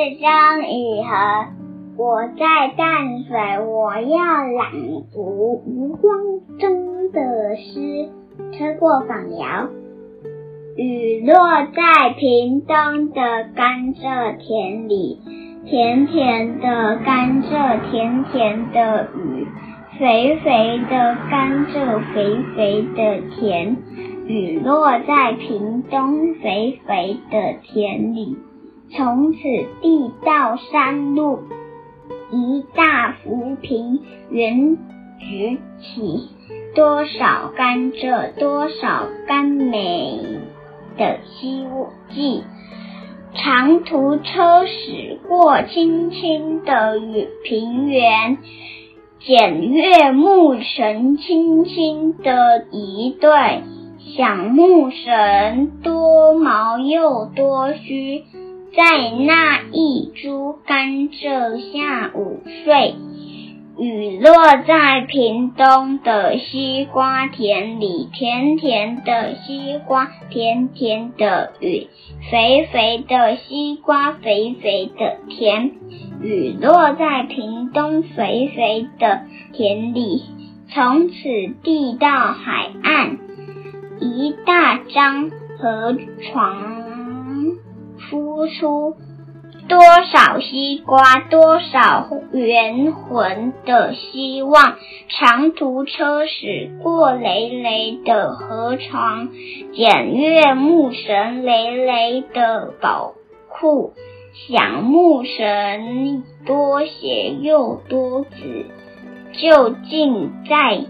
生雨荷，我在淡水，我要朗读吴光中的诗。车过访寮，雨落在屏东的甘蔗田里，甜甜的甘蔗，甜甜的雨，肥肥的甘蔗，肥肥的甜。雨落在屏东肥肥的田里，从此地到山路，一大浮萍原举起，多少甘蔗，多少甘美的希冀。长途车驶过青青的平原，检阅牧神轻轻的一对，想牧神多毛又多须，在那一株甘蔗下午睡。雨落在屏东的西瓜田里，甜甜的西瓜，甜甜的雨，肥肥的西瓜，肥肥的甜。雨落在屏东肥肥的田里，从此地到海岸，一大张河床孵出，多少西瓜，多少圆魂的希望。长途车驶过累累的河床，检阅牧神累累的宝库，想牧神多血又多子，就近在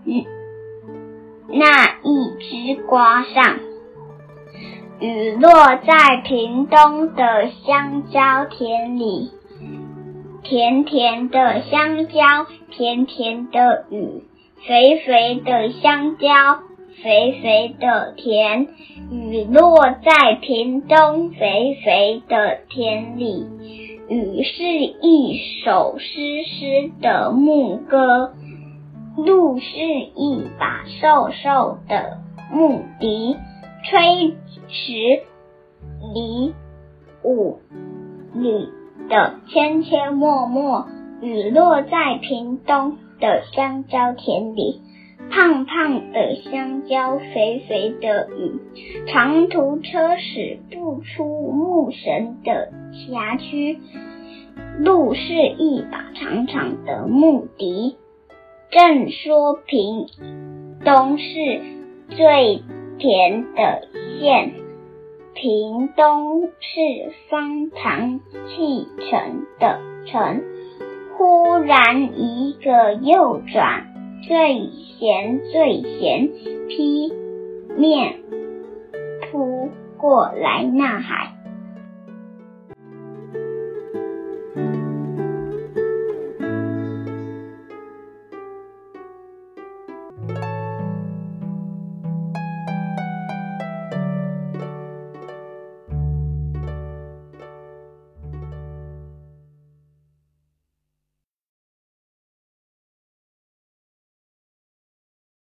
那一枝瓜上。雨落在屏东的香蕉田里，甜甜的香蕉，甜甜的雨，肥肥的香蕉，肥肥的甜。雨落在屏东肥肥的田里，雨是一首湿湿的牧歌，路是一把瘦瘦的木笛，吹10里5里的阡阡陌陌。雨落在屏东的香蕉田里，胖胖的香蕉，肥肥的雨，长途车驶不出牧神的辖区，路是一把长长的木笛。正说屏东是最甜的县，屏东是方糖气沉的城，忽然一个右转，最咸最咸，劈面扑过来呐喊。